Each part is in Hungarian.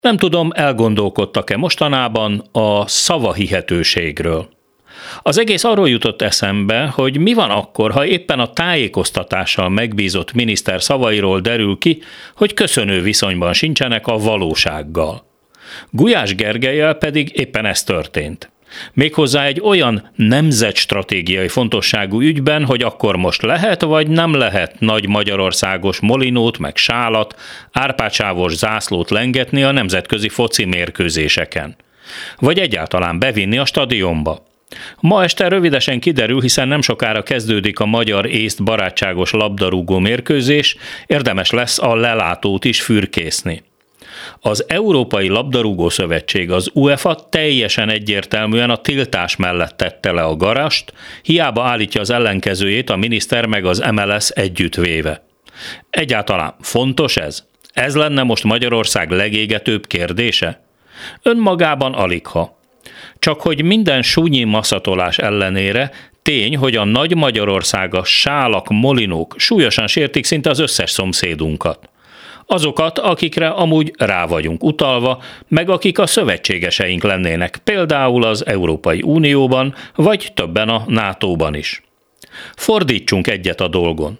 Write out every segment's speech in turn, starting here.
Nem tudom, elgondolkodtak-e mostanában a szavahihetőségről. Az egész arról jutott eszembe, hogy mi van akkor, ha éppen a tájékoztatással megbízott miniszter szavairól derül ki, hogy köszönő viszonyban sincsenek a valósággal. Gulyás Gergellyel pedig éppen ez történt. Méghozzá egy olyan nemzetstratégiai fontosságú ügyben, hogy akkor most lehet vagy nem lehet nagy magyarországos molinót meg sálat, árpádsávos zászlót lengetni a nemzetközi foci mérkőzéseken. Vagy egyáltalán bevinni a stadionba. Ma este rövidesen kiderül, hiszen nem sokára kezdődik a magyar-észt barátságos labdarúgó mérkőzés, érdemes lesz a lelátót is fürkészni. Az Európai Labdarúgó Szövetség, az UEFA teljesen egyértelműen a tiltás mellett tette le a garast, hiába állítja az ellenkezőjét a miniszter meg az MLS együttvéve. Egyáltalán fontos ez? Ez lenne most Magyarország legégetőbb kérdése? Önmagában aligha. Csak hogy minden súnyi maszatolás ellenére tény, hogy a nagy Magyarország, a sálak, molinók súlyosan sértik szinte az összes szomszédunkat. Azokat, akikre amúgy rá vagyunk utalva, meg akik a szövetségeseink lennének, például az Európai Unióban, vagy többen a NATO-ban is. Fordítsunk egyet a dolgon.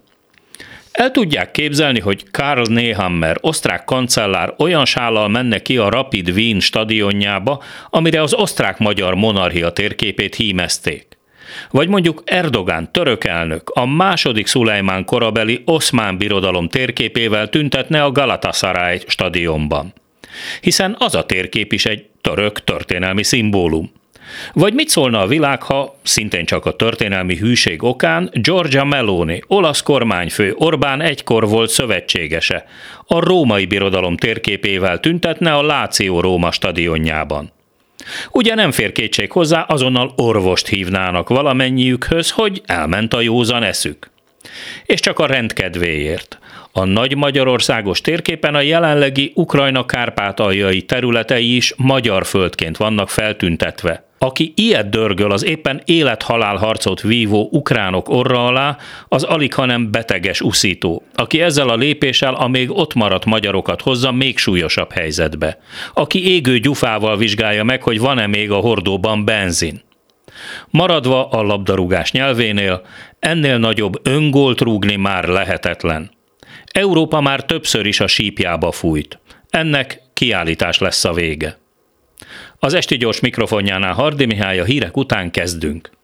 El tudják képzelni, hogy Karl Nehammer, osztrák kancellár olyan sállal menne ki a Rapid Wien stadionjába, amire az osztrák-magyar monarchia térképét hímezték. Vagy mondjuk Erdogán török elnök a második Szulejmán korabeli Oszmán birodalom térképével tüntetne a Galatasaray stadionban. Hiszen az a térkép is egy török történelmi szimbólum. Vagy mit szólna a világ, ha szintén csak a történelmi hűség okán Giorgia Meloni, olasz kormányfő, Orbán egykor volt szövetségese, a római birodalom térképével tüntetne a Láció Róma stadionjában. Ugye nem fér kétség hozzá, azonnal orvost hívnának valamennyiükhöz, hogy elment a józan eszük. És csak a rendkedvéért. A nagy magyarországos térképen a jelenlegi Ukrajna kárpátaljai területei is magyar földként vannak feltüntetve. Aki ilyet dörgöl az éppen élet-halál harcot vívó ukránok orra alá, az alighanem beteges uszító, aki ezzel a lépéssel a még ott maradt magyarokat hozza még súlyosabb helyzetbe. Aki égő gyufával vizsgálja meg, hogy van-e még a hordóban benzin. Maradva a labdarúgás nyelvénél, ennél nagyobb öngólt rúgni már lehetetlen. Európa már többször is a sípjába fújt. Ennek kiállítás lesz a vége. Az esti gyors mikrofonjánál Hardy Mihály, a hírek után kezdünk.